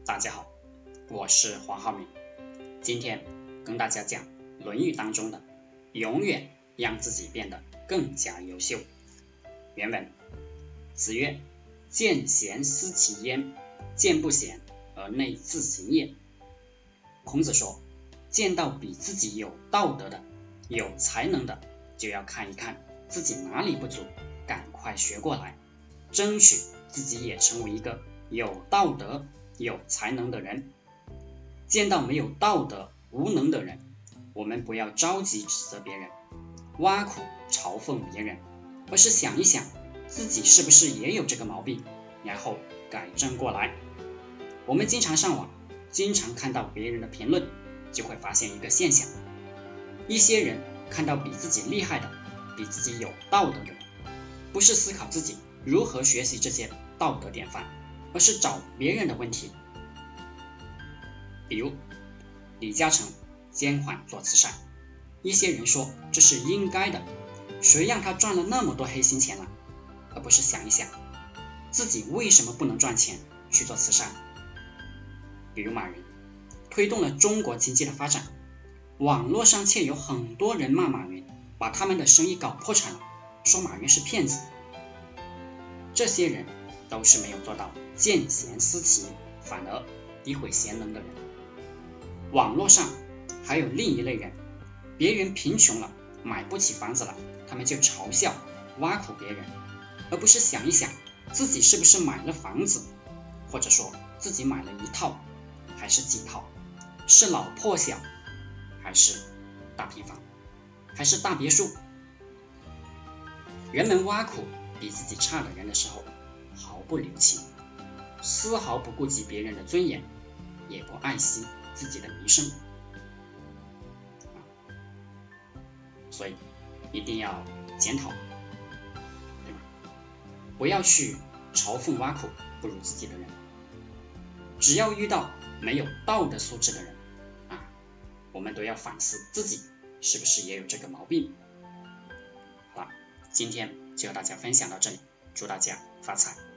大家好，我是黄浩明，今天跟大家讲《论语》当中的永远让自己变得更加优秀。原文：子曰：见贤思齐焉，见不贤而内自省也。孔子说，见到比自己有道德的、有才能的，就要看一看自己哪里不足，赶快学过来，争取自己也成为一个有道德有才能的人。见到没有道德无能的人，我们不要着急指责别人，挖苦嘲讽别人，而是想一想自己是不是也有这个毛病，然后改正过来。我们经常上网，经常看到别人的评论，就会发现一个现象，一些人看到比自己厉害的、比自己有道德的人，不是思考自己如何学习这些道德典范，而是找别人的问题。比如李嘉诚捐款做慈善，一些人说这是应该的，谁让他赚了那么多黑心钱了，而不是想一想自己为什么不能赚钱去做慈善。比如马云推动了中国经济的发展，网络上却有很多人骂马云，把他们的生意搞破产了，说马云是骗子。这些人都是没有做到见贤思齐，反而诋毁贤能的人。网络上还有另一类人，别人贫穷了，买不起房子了，他们就嘲笑挖苦别人，而不是想一想自己是不是买了房子，或者说自己买了一套还是几套，是老破小还是大平房还是大别墅。人们挖苦比自己差的人的时候毫不留情，丝毫不顾及别人的尊严，也不爱惜自己的名声。所以一定要检讨，对吧？不要去嘲讽挖苦不如自己的人。只要遇到没有道德素质的人我们都要反思自己是不是也有这个毛病。好了，今天就和大家分享到这里，祝大家发财。